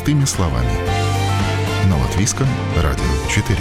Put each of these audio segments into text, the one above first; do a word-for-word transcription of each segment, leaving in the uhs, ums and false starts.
Простыми словами. На Латвийском радио четыре.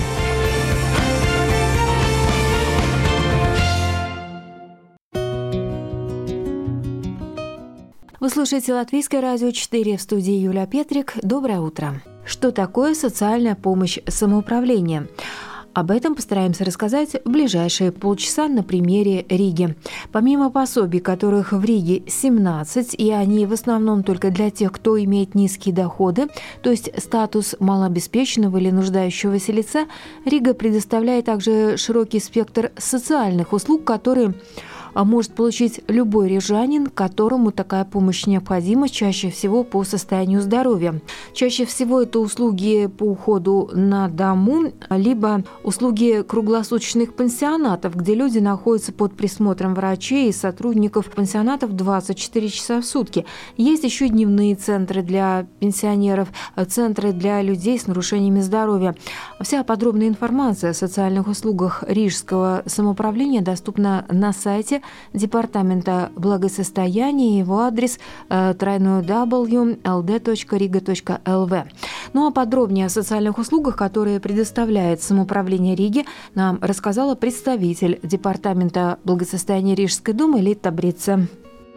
Вы слушаете Латвийское радио четыре, в студии Юлия Петрик. Доброе утро. Что такое социальная помощь самоуправления? Об этом постараемся рассказать в ближайшие полчаса на примере Риги. Помимо пособий, которых в Риге семнадцать, и они в основном только для тех, кто имеет низкие доходы, то есть статус малообеспеченного или нуждающегося лица, Рига предоставляет также широкий спектр социальных услуг, которые может получить любой рижанин, которому такая помощь необходима, чаще всего по состоянию здоровья. Чаще всего это услуги по уходу на дому, либо услуги круглосуточных пансионатов, где люди находятся под присмотром врачей и сотрудников пансионатов двадцать четыре часа в сутки. Есть еще дневные центры для пенсионеров, центры для людей с нарушениями здоровья. Вся подробная информация о социальных услугах Рижского самоуправления доступна на сайте Департамента благосостояния, его адрес дабл ю дабл ю дабл ю точка эл дэ точка рига точка эл ви. Ну а подробнее о социальных услугах, которые предоставляет самоуправление Риги, нам рассказала представитель Департамента благосостояния Рижской думы Литта Брице.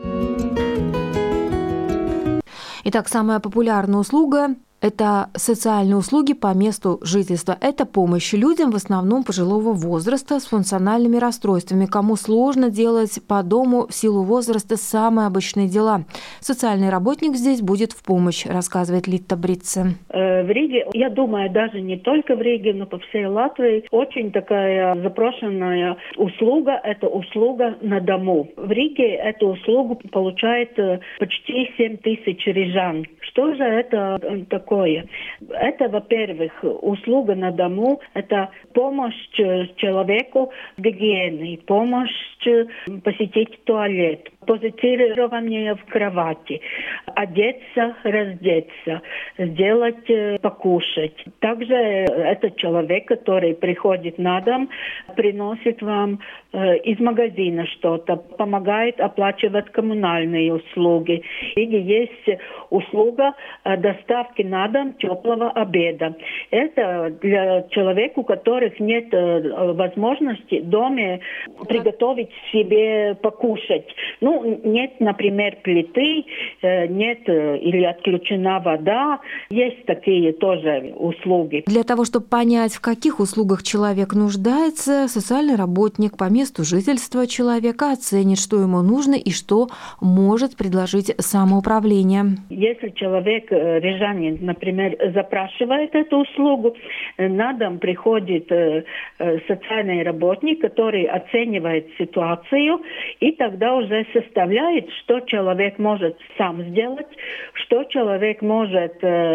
Итак, самая популярная услуга – это социальные услуги по месту жительства. Это помощь людям, в основном пожилого возраста, с функциональными расстройствами, кому сложно делать по дому в силу возраста самые обычные дела. Социальный работник здесь будет в помощь, рассказывает Литта Брице. В Риге, я думаю, даже не только в Риге, но по всей Латвии, очень такая запрошенная услуга – это услуга на дому. В Риге эту услугу получает почти семь тысяч рижан. Что же это такое? Это, во-первых, услуга на дому, это помощь человеку в гигиене, помощь посетить туалет, позицирование в кровати, одеться, раздеться, сделать покушать. Также это человек, который приходит на дом, приносит вам э, из магазина что-то, помогает оплачивать коммунальные услуги. И есть услуга э, доставки на дом теплого обеда. Это для человека, у которых нет э, возможности в доме приготовить себе покушать. Ну, нет, например, плиты, э, нет э, или отключена вода. Есть такие тоже услуги. Для того, чтобы понять, в каких услугах человек нуждается, социальный работник по месту жительства человека оценит, что ему нужно и что может предложить самоуправление. Если человек, рижанин, например, запрашивает эту услугу, на дом приходит социальный работник, который оценивает ситуацию и тогда уже составляет, что человек может сам сделать, что человек может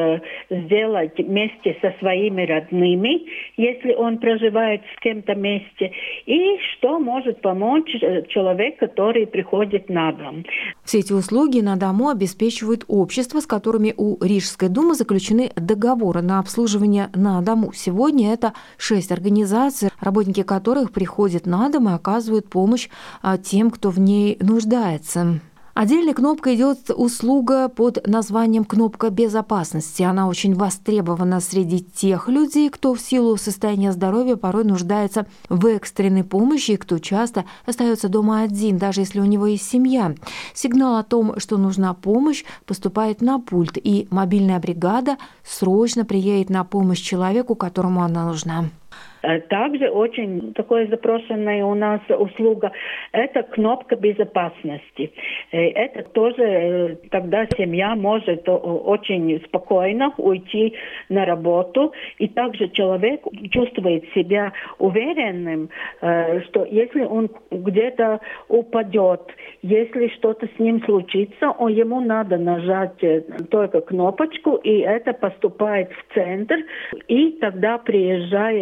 сделать вместе со своими родными, если он проживает в кем-то месте, и что может помочь человек, который приходит на дом. Все эти услуги на дому обеспечивают общества, с которыми у Рижской думы заключены договоры на обслуживание на дому. Сегодня это шесть организаций, работники которых приходят на дом и оказывают помощь тем, кто в ней нуждается. Отдельной кнопкой идет услуга под названием «Кнопка безопасности». Она очень востребована среди тех людей, кто в силу состояния здоровья порой нуждается в экстренной помощи и кто часто остается дома один, даже если у него есть семья. Сигнал о том, что нужна помощь, поступает на пульт, и мобильная бригада срочно приедет на помощь человеку, которому она нужна. Также очень такая запрошенная у нас услуга – это кнопка безопасности. Это тоже тогда семья может очень спокойно уйти на работу, и также человек чувствует себя уверенным, что если он где-то упадет, если что-то с ним случится, он, ему надо нажать только кнопочку, и это поступает в центр, и тогда приезжает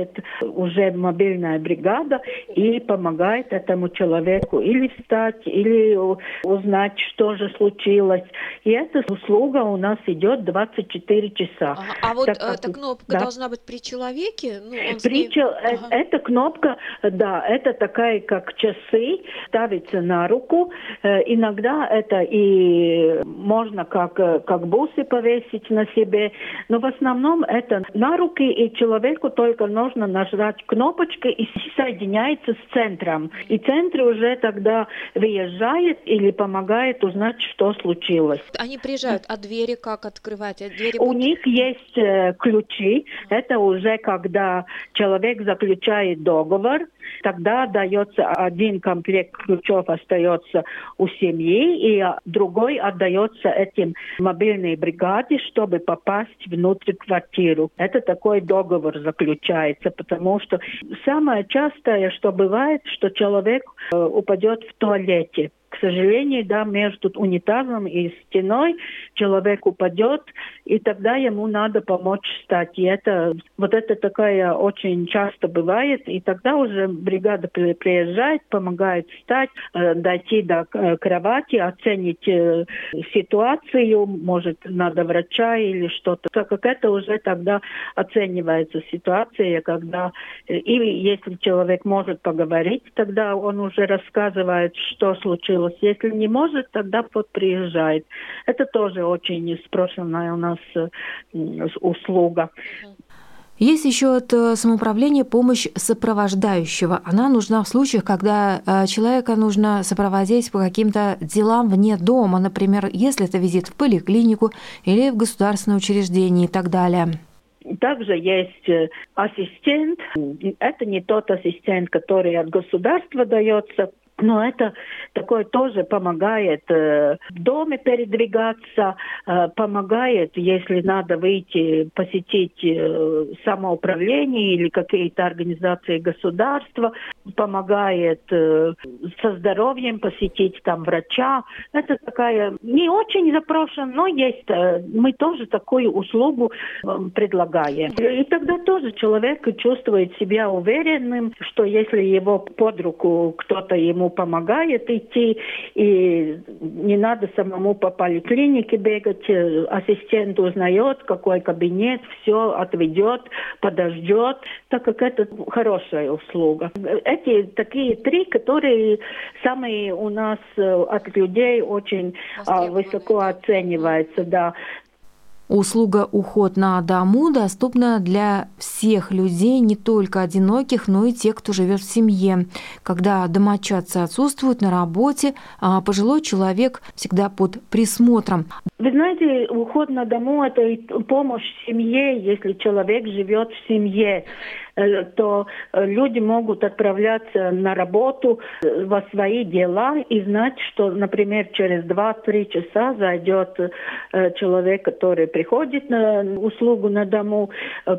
уже мобильная бригада и помогает этому человеку или встать, или узнать, что же случилось. И эта услуга у нас идет двадцать четыре часа. Ага. А вот так, эта кнопка да? должна быть при человеке? Ну, он при ней... чел... ага. Эта кнопка, да, это такая, как часы, ставится на руку. Иногда это и можно как, как бусы повесить на себе, но в основном это на руки, и человеку только нужно нажать кнопочку, и соединяется с центром. И центр уже тогда выезжает или помогает узнать, что случилось. Они приезжают, а двери как открывать? Двери У будут... них есть э, ключи. Это уже когда человек заключает договор, тогда дается один комплект ключов, остается у семьи, и другой отдается этим мобильной бригаде, чтобы попасть внутрь квартиру. Это такой договор заключается, потому что самое частое, что бывает, что человек э, упадет в туалете. К сожалению, да, между унитазом и стеной человек упадет, и тогда ему надо помочь встать. И это, вот это такая очень часто бывает, и тогда уже бригада приезжает, помогает встать, э, дойти до э, кровати, оценить э, ситуацию, может, надо врача или что-то. Так как это уже тогда оценивается ситуация, когда, э, или если человек может поговорить, тогда он уже рассказывает, что случилось. Если не может, тогда вот приезжает. Это тоже очень спрошенная у нас э, услуга. Есть еще от самоуправления помощь сопровождающего. Она нужна в случаях, когда человека нужно сопроводить по каким-то делам вне дома, например, если это визит в поликлинику или в государственное учреждение и так далее. Также есть ассистент. Это не тот ассистент, который от государства дается, но это такое тоже помогает э, в доме передвигаться, э, помогает, если надо выйти, посетить э, самоуправление или какие-то организации государства, помогает э, со здоровьем посетить там врача. Это такая не очень запрошена, но есть. Э, мы тоже такую услугу э, предлагаем. И тогда тоже человек чувствует себя уверенным, что если его под руку кто-то ему помогает идти, и не надо самому по поликлинике бегать, ассистент узнает, какой кабинет, все отведет, подождет, так как это хорошая услуга. Эти такие три, которые самые у нас от людей очень высоко оцениваются, да. Услуга «Уход на дому» доступна для всех людей, не только одиноких, но и тех, кто живет в семье. Когда домочадцы отсутствуют на работе, а пожилой человек всегда под присмотром. Вы знаете, уход на дому – это и помощь семье, если человек живет в семье, то люди могут отправляться на работу во свои дела и знать, что, например, через два-три часа зайдет человек, который приходит на услугу на дому,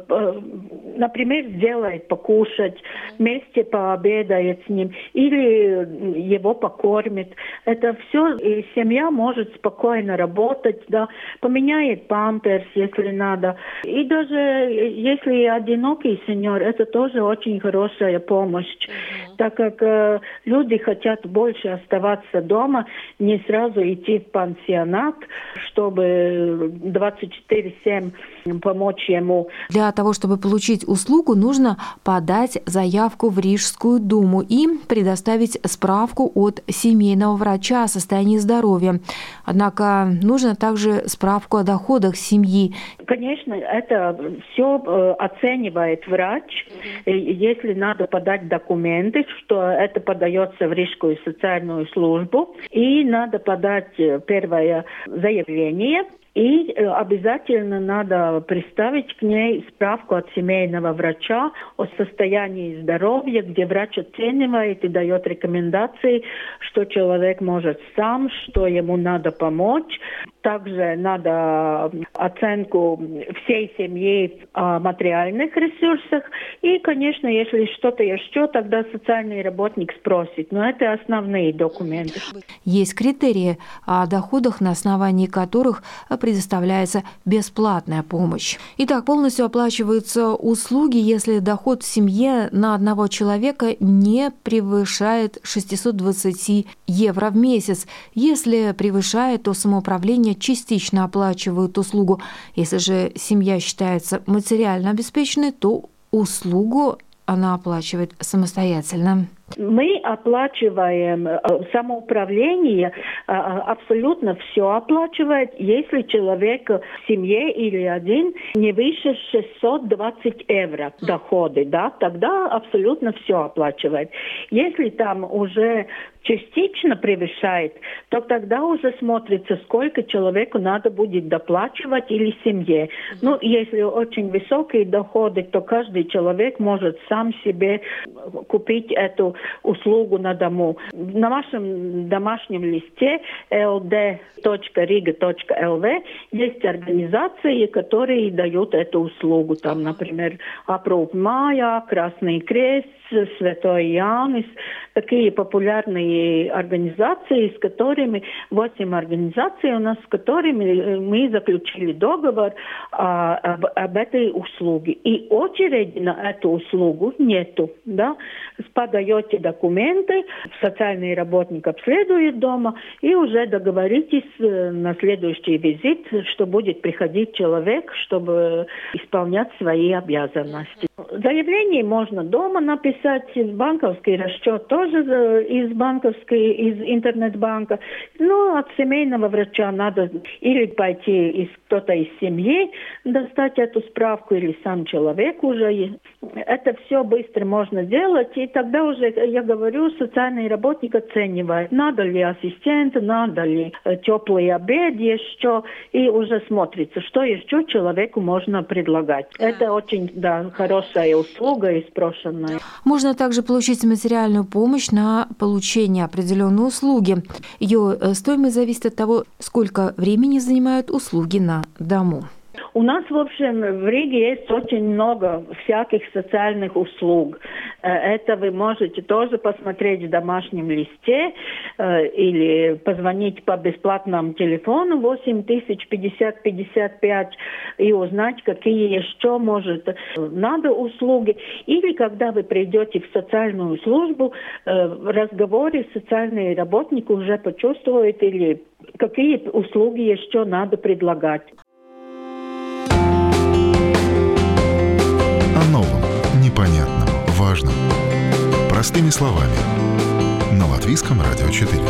например, сделает покушать, вместе пообедает с ним или его покормит. Это все, и семья может спокойно работать, да, поменяет памперс, если надо. И даже если одинокий сеньор, это тоже очень хорошая помощь, uh-huh. так как э, люди хотят больше оставаться дома, не сразу идти в пансионат, чтобы двадцать четыре семь помочь ему. Для того, чтобы получить услугу, нужно подать заявку в Рижскую думу и предоставить справку от семейного врача о состоянии здоровья. Однако нужно также справку о доходах семьи. Конечно, это все э, оценивает врач. Mm-hmm. Если надо подать документы, что это подается в Рижскую социальную службу, и надо подать первое заявление. И обязательно надо представить к ней справку от семейного врача о состоянии здоровья, где врач оценивает и дает рекомендации, что человек может сам, что ему надо помочь. Также надо оценку всей семьи о материальных ресурсах. И, конечно, если что-то еще, тогда социальный работник спросит. Но это основные документы. Есть критерии о доходах, на основании которых предоставляется бесплатная помощь. Итак, полностью оплачиваются услуги, если доход в семье на одного человека не превышает шестьсот двадцать евро в месяц. Если превышает, то самоуправление частично оплачивает услугу. Если же семья считается материально обеспеченной, то услугу она оплачивает самостоятельно. Мы оплачиваем самоуправление, абсолютно все оплачивает, если человек в семье или один не выше шестьсот двадцать евро доходы, да, тогда абсолютно все оплачивает. Если там уже частично превышает, то тогда уже смотрится, сколько человеку надо будет доплачивать или семье. Ну, если очень высокие доходы, то каждый человек может сам себе купить эту услугу на дому. На вашем домашнем листе эл дэ точка рига точка эл ви есть организации, которые дают эту услугу. Там, например, Aprūp Mājā, Красный Крест, Святой Янис. Такие популярные организации, с которыми, восемь организаций у нас, с которыми мы заключили договор а, об, об этой услуге. И очереди на эту услугу нету. Да? Подаете документы, социальный работник обследует дома, и уже договоритесь на следующий визит, что будет приходить человек, чтобы исполнять свои обязанности. Заявление можно дома написать, банковский расчет тоже из банковской, из интернет-банка. Но от семейного врача надо или пойти из кто-то из семьи достать эту справку, или сам человек уже. Это все быстро можно делать, и тогда уже, я говорю, социальный работник оценивает, надо ли ассистент, надо ли теплый обед еще, и уже смотрится, что еще человеку можно предлагать. Это очень, да, хорошая услуга и спрошенная. Можно также получить материальную помощь на получение определенной услуги. Ее стоимость зависит от того, сколько времени занимают услуги на дому. У нас, в общем, в Риге есть очень много всяких социальных услуг. Это вы можете тоже посмотреть в домашнем листе или позвонить по бесплатному телефону восемь тысяч пятьдесят пятьдесят пять и узнать, какие еще, может, надо услуги. Или когда вы придете в социальную службу, в разговоре социальный работник уже почувствует, или какие услуги еще надо предлагать. Непонятным, важным. Простыми словами. На Латвийском радио четыре.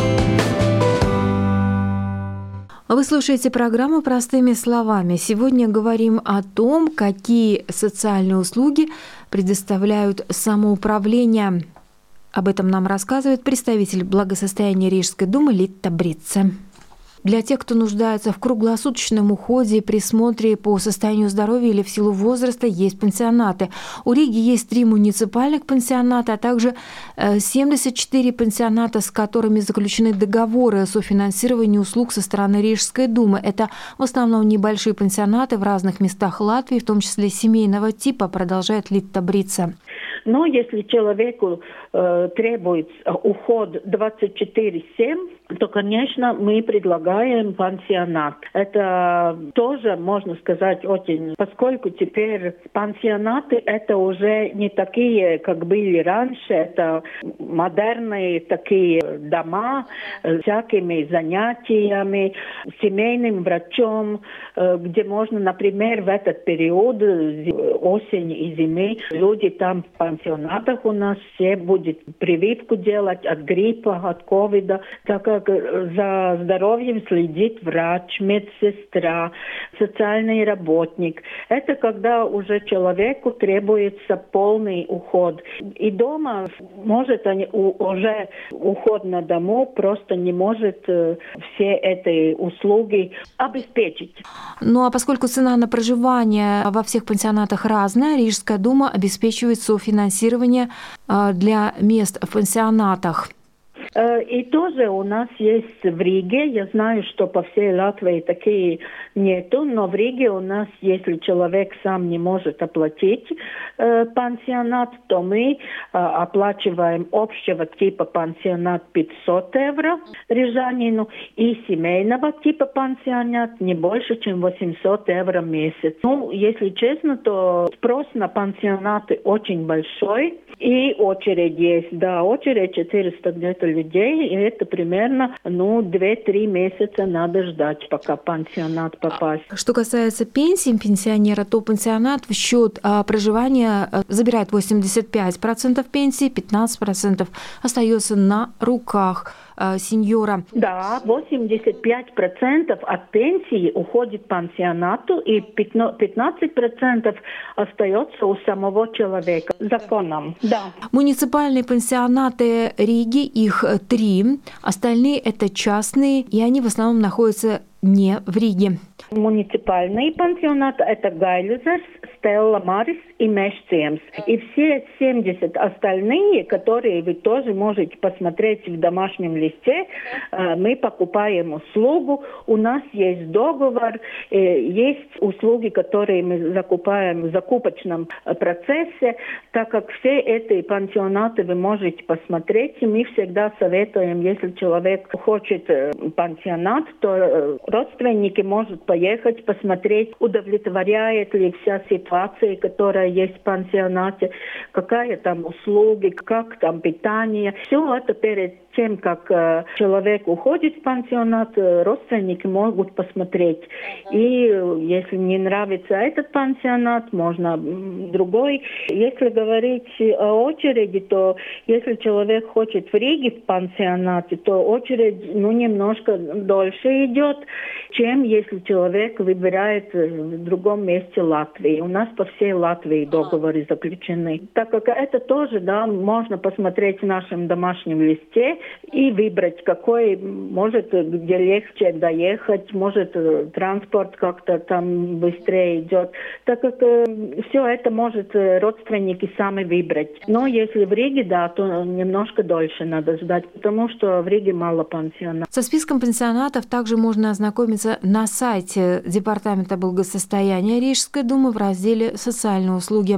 Вы слушаете программу «Простыми словами». Сегодня говорим о том, какие социальные услуги предоставляют самоуправление. Об этом нам рассказывает представитель благосостояния Рижской думы Литта Брице. Для тех, кто нуждается в круглосуточном уходе и присмотре по состоянию здоровья или в силу возраста, есть пансионаты. У Риги есть три муниципальных пансионата, а также семьдесят четыре пансионата, с которыми заключены договоры о софинансировании услуг со стороны Рижской думы. Это в основном небольшие пансионаты в разных местах Латвии, в том числе семейного типа, продолжает Литта Брице. Но если человеку э, требуется уход двадцать четыре семь, то, конечно, мы предлагаем пансионат. Это тоже, можно сказать, очень... Поскольку теперь пансионаты — это уже не такие, как были раньше. Это модерные такие дома с всякими занятиями, семейным врачом, где можно, например, в этот период осени и зимы люди там в пансионатах у нас все будут прививку делать от гриппа, от ковида, так как за здоровьем следит врач, медсестра, социальный работник. Это когда уже человеку требуется полный уход. И дома может они, уже уход на дому просто не может все эти услуги обеспечить. Ну а поскольку цена на проживание во всех пансионатах разная, Рижская дума обеспечивает софинансирование для мест в пансионатах. И тоже у нас есть в Риге, я знаю, что по всей Латвии такие нету, но в Риге у нас, если человек сам не может оплатить э, пансионат, то мы э, оплачиваем общего типа пансионат пятьсот евро рижанину и семейного типа пансионат не больше, чем восемьсот евро в месяц. Ну, если честно, то спрос на пансионаты очень большой, и очередь есть, да, очередь четыреста где-то людей, и это примерно, ну, два-три месяца надо ждать, пока пансионат попасть. Что касается пенсий пенсионера, то пансионат в счет а, проживания а, забирает восемьдесят пять процентов пенсии, пятнадцать процентов остается на руках а, сеньора. Да, восемьдесят пять процентов от пенсии уходит пансионату, и пятнадцать процентов остается у самого человека законом. Да. Муниципальные пансионаты Риги, их три, остальные это частные, и они в основном находятся не в Риге. Муниципальные пансионаты – это Гайлюзерс, Стелла Марис и Мешциемс. И все семьдесят остальные, которые вы тоже можете посмотреть в домашнем листе, мы покупаем услугу, у нас есть договор, есть услуги, которые мы закупаем в закупочном процессе, так как все эти пансионаты вы можете посмотреть, и мы всегда советуем, если человек хочет пансионат, то родственники могут поехать, посмотреть, удовлетворяет ли вся ситуация, которая есть в пансионате, какая там услуги, как там питание. Все это перед тем, как э, человек уходит в пансионат, э, родственники могут посмотреть. И э, если не нравится этот пансионат, можно м, другой. Если говорить о очереди, то если человек хочет в Риге в пансионате, то очередь ну, немножко дольше идет, чем если человек выбирает в другом месте Латвии. У нас по всей Латвии договоры заключены. Так как это тоже, да, можно посмотреть в нашем домашнем листе и выбрать, какой, может, где легче доехать, может, транспорт как-то там быстрее идет. Так как э, все это может родственники сами выбрать. Но если в Риге, да, то немножко дольше надо ждать, потому что в Риге мало пансионатов. Со списком пансионатов также можно ознакомиться на сайте Департамента благосостояния Рижской думы в разделе «Социальные услуги».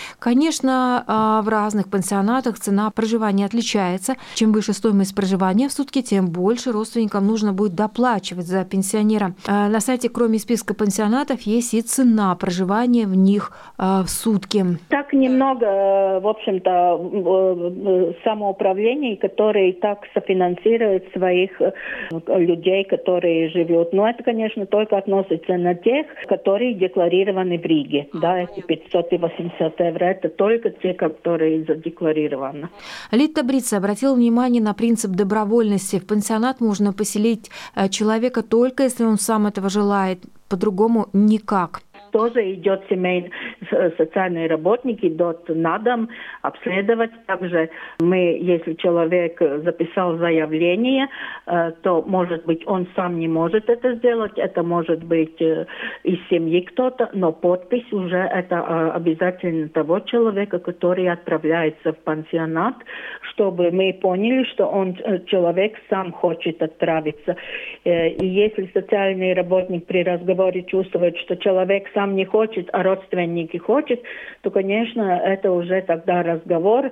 Конечно, в разных пансионатах цена проживания отличается. Чем выше стоимость проживания в сутки, тем больше родственникам нужно будет доплачивать за пенсионера. На сайте, кроме списка пансионатов, есть и цена проживания в них в сутки. Так немного, в общем-то, самоуправлений, которые так софинансируют своих людей, которые живут. Но это, конечно, только относится на тех, которые декларированы в Риге. Да, эти пятьсот и восемьсот евро, это только те, которые задекларированы. Литта Брица обратила внимание на принцип добровольности. В пансионат можно поселить человека только если он сам этого желает, по-другому никак. Тоже идет семейный социальный работник, идет на дом обследовать. Также мы, если человек записал заявление, то, может быть, он сам не может это сделать, это может быть из семьи кто-то, но подпись уже это обязательно того человека, который отправляется в пансионат, чтобы мы поняли, что он, человек сам хочет отправиться. И если социальный работник при разговоре чувствует, что человек сам не хочет, а родственники хотят, то, конечно, это уже тогда разговор,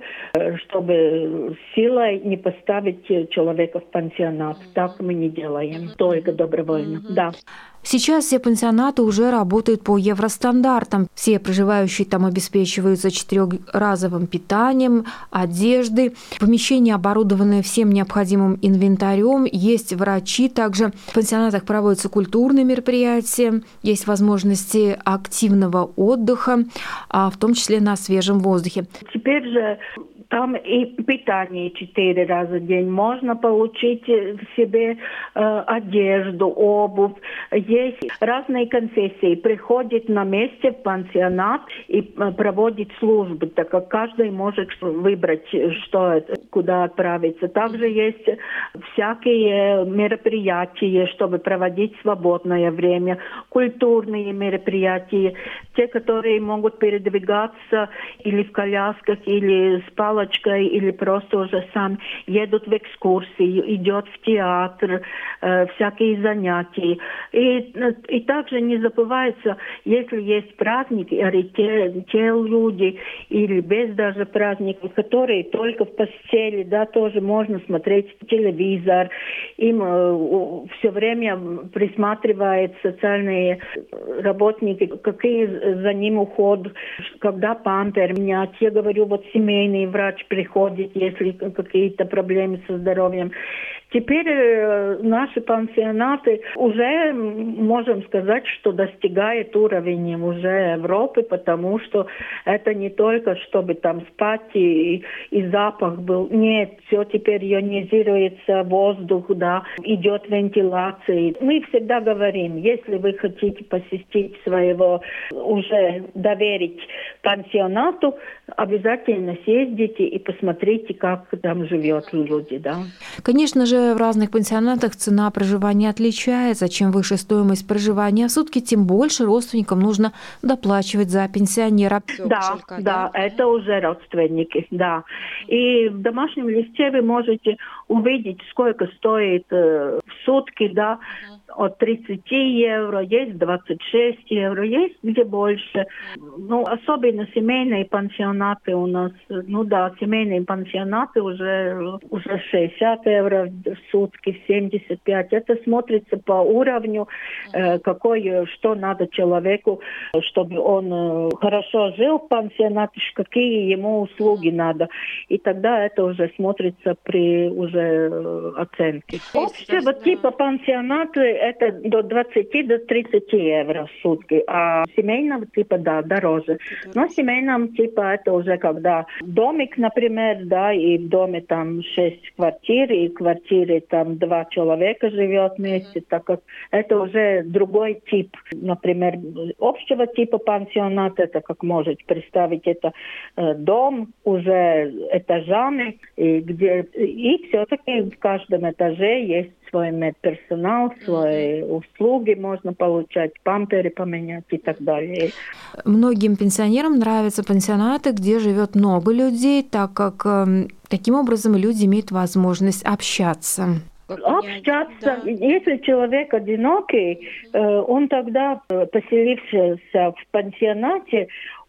чтобы силой не поставить человека в пансионат. Так мы не делаем, только добровольно. Mm-hmm. Да. Сейчас все пансионаты уже работают по евростандартам. Все проживающие там обеспечиваются четырехразовым питанием, одеждой. Помещения оборудованы всем необходимым инвентарем. Есть врачи. Также в пансионатах проводятся культурные мероприятия. Есть возможности активного отдыха, в том числе на свежем воздухе. Теперь же там и питание четыре раза в день. Можно получить себе э, одежду, обувь. Есть разные конфессии. Приходит на месте в пансионат и э, проводит службы, так как каждый может выбрать, что это, куда отправиться. Также есть всякие мероприятия, чтобы проводить свободное время, культурные мероприятия, те, которые могут передвигаться или в колясках, или с палочками, палочкой или просто уже сами едут в экскурсии, идет в театр, э, всякие занятия. И, и также не забывается, если есть праздники, или те, те люди, или без даже праздников, которые только в постели, да, тоже можно смотреть телевизор, им э, все время присматривают социальные работники, какие за ним уход, когда пампер менять. Я говорю, вот семейный врач приходит, если какие-то проблемы со здоровьем. Теперь э, наши пансионаты уже, можем сказать, что достигают уровня уже Европы, потому что это не только, чтобы там спать и, и запах был. Нет, все теперь ионизируется воздух, да, идет вентиляция. Мы всегда говорим, если вы хотите посетить своего, уже доверить пансионату, обязательно съездите и посмотрите, как там живет люди, да. Конечно же, в разных пансионатах цена проживания отличается. Чем выше стоимость проживания в сутки, тем больше родственникам нужно доплачивать за пенсионера. Да, кошелька, да, да, это уже родственники, да. И в домашнем листе вы можете увидеть, сколько стоит э, в сутки, да, от тридцать евро, есть двадцать шесть евро, есть где больше. Ну, особенно семейные пансионаты у нас, ну да, семейные пансионаты уже, уже шестьдесят евро в сутки, семьдесят пять. Это смотрится по уровню, э, какой, что надо человеку, чтобы он э, хорошо жил в пансионате, какие ему услуги надо. И тогда это уже смотрится при уже э, оценке. Общего типа пансионаты это до двадцати до тридцати евро в сутки, а семейного типа, да, дороже. Но семейного типа это уже когда домик, например, да, и в доме там шесть квартир, и в квартире там два человека живет вместе, mm-hmm. так как это уже другой тип. Например, общего типа пансионата, это как можете представить, это э, дом уже этажами, и, где, и все-таки в каждом этаже есть свой медперсонал, свои mm-hmm. услуги можно получать, памперы поменять и так далее. Многим пенсионерам нравятся пансионаты, где живет много людей, так как э, таким образом люди имеют возможность общаться. Общаться. Да. Если человек одинокий, э, он тогда, поселившись в пансионате,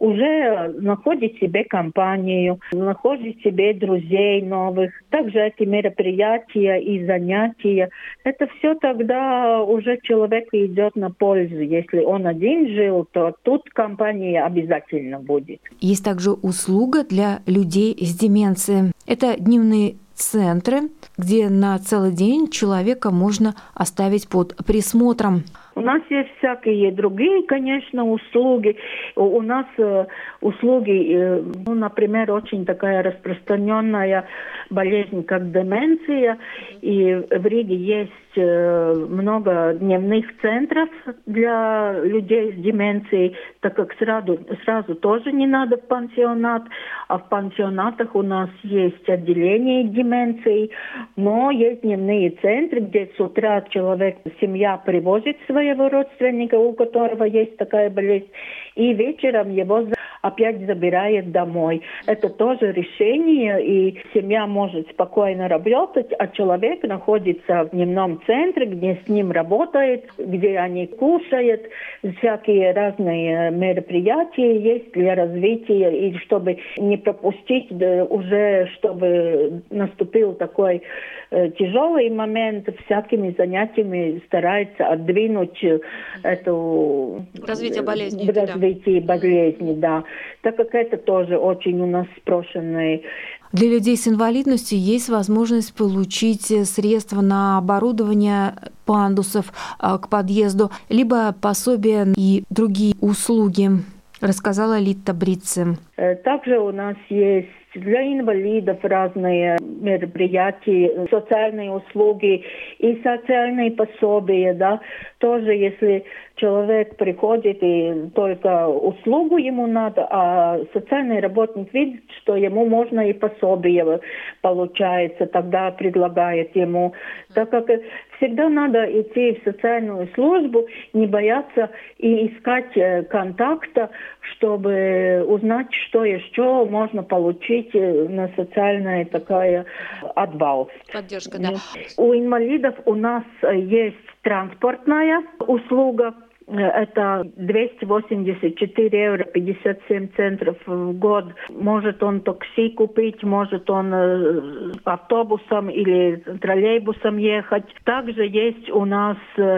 уже находит себе компанию, находит себе друзей новых. Также эти мероприятия и занятия, это все тогда уже человеку идет на пользу. Если он один жил, то тут компания обязательно будет. Есть также услуга для людей с деменцией. Это дневные центры, где на целый день человека можно оставить под присмотром. У нас есть всякие другие, конечно, услуги. У нас э, услуги, э, ну, например, очень такая распространенная болезнь, как деменция. И в Риге есть э, много дневных центров для людей с деменцией, так как сразу, сразу тоже не надо в пансионат. А в пансионатах у нас есть отделение деменции, но есть дневные центры, где с утра человек, семья привозит свои его родственника, у которого есть такая болезнь, и вечером его опять забирает домой. Это тоже решение, и семья может спокойно работать, а человек находится в дневном центре, где с ним работает, где они кушают, всякие разные мероприятия есть для развития, и чтобы не пропустить, да, уже чтобы наступил такой э, тяжелый момент, всякими занятиями старается отдвинуть эту развитие болезни, развитие да. болезни, да. Так как это тоже очень у нас спрошенный. Для людей с инвалидностью есть возможность получить средства на оборудование пандусов к подъезду, либо пособия и другие услуги, рассказала Литта Брице. Также у нас есть для инвалидов разные мероприятия, социальные услуги и социальные пособия, да. Тоже если человек приходит и только услугу ему надо, а социальный работник видит, что ему можно и пособие получается, тогда предлагает ему. Так как всегда надо идти в социальную службу, не бояться и искать контакта, чтобы узнать, что еще можно получить на социальное такое отбал. Поддержка, да. У инвалидов у нас есть транспортная услуга. Это двести восемьдесят четыре евро пятьдесят семь центов в год. Может он такси купить, может он автобусом или троллейбусом ехать. Также есть у нас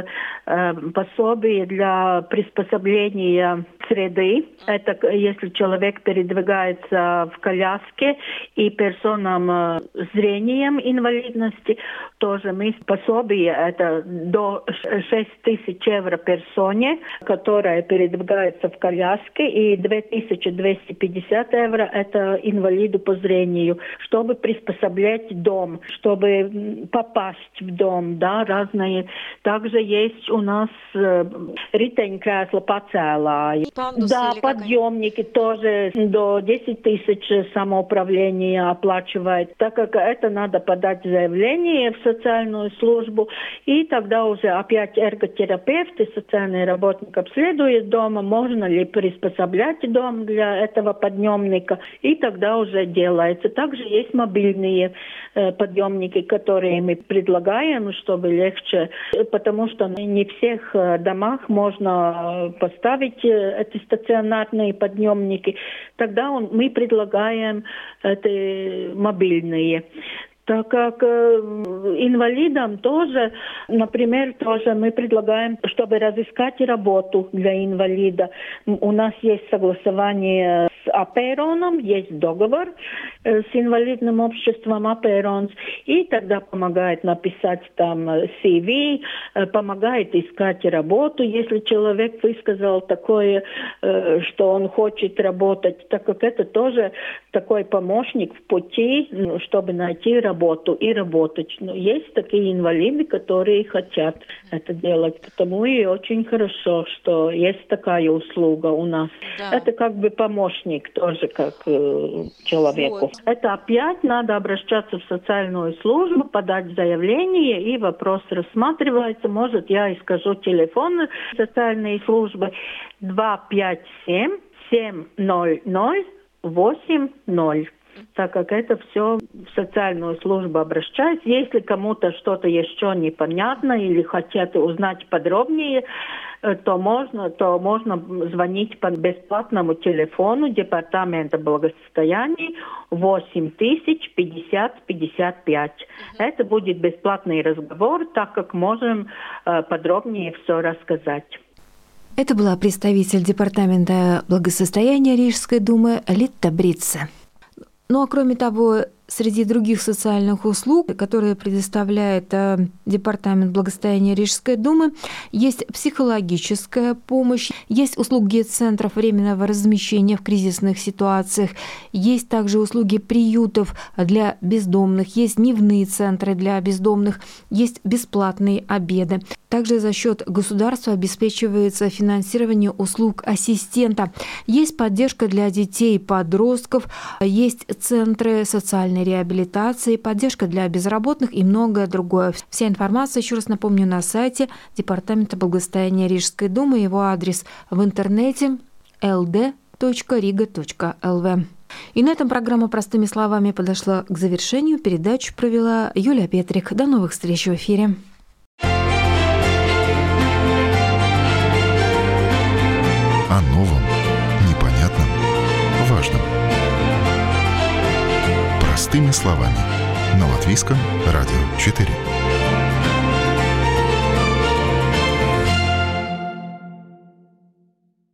пособие для приспособления среды. Это если человек передвигается в коляске и персонам с зрением инвалидности, тоже мы пособие это до шесть тысяч евро персоне, которая передвигается в коляске, и две тысячи двести пятьдесят евро это инвалиду по зрению, чтобы приспособлять дом, чтобы попасть в дом, да, разные. Также есть у нас э, ритень-кресла пацелая. Да, подъемники тоже до десять тысяч самоуправление оплачивает, так как это надо подать заявление в социальную службу, и тогда уже опять эрготерапевты, социальный работник обследует дома, можно ли приспособлять дом для этого подъемника, и тогда уже делается. Также есть мобильные э, подъемники, которые мы предлагаем, чтобы легче, потому что не в всех домах можно поставить эти стационарные подъемники. Тогда он, мы предлагаем эти мобильные. Так как э, инвалидам тоже, например, тоже мы предлагаем, чтобы разыскать работу для инвалида. У нас есть согласование с Апероном, есть договор э, с инвалидным обществом Аперонс, и тогда помогает написать там си ви, э, помогает искать работу, если человек высказал такое, э, что он хочет работать, так как это тоже такой помощник в пути, чтобы найти работу. работу и работать. Но есть такие инвалиды, которые хотят это делать. Потому и очень хорошо, что есть такая услуга у нас. Да. Это как бы помощник тоже как э, человеку. Вот. Это опять надо обращаться в социальную службу, подать заявление, и вопрос рассматривается. Может, я и скажу телефон социальной службы два пять семь семь ноль ноль восемь ноль. Так как это все в социальную службу обращается. Если кому-то что-то еще непонятно или хотят узнать подробнее, то можно, то можно звонить по бесплатному телефону Департамента благосостояния восемь тысяч пятьдесят пятьдесят пять. Это будет бесплатный разговор, так как можем подробнее все рассказать. Это была представитель Департамента благосостояния Рижской думы Литта Брице. Ну а кроме того, среди других социальных услуг, которые предоставляет э, Департамент благосостояния Рижской думы, есть психологическая помощь, есть услуги центров временного размещения в кризисных ситуациях, есть также услуги приютов для бездомных, есть дневные центры для бездомных, есть бесплатные обеды. Также за счет государства обеспечивается финансирование услуг ассистента. Есть поддержка для детей и подростков, есть центры социальной реабилитации, поддержка для безработных и многое другое. Вся информация, еще раз напомню, на сайте Департамента благосостояния Рижской думы, его адрес в интернете эл дэ точка рига точка эл ви. И на этом программа «Простыми словами» подошла к завершению. Передачу провела Юлия Петрик. До новых встреч в эфире. О новом, непонятном, важном. Простыми словами. На Латвийском радио четыре.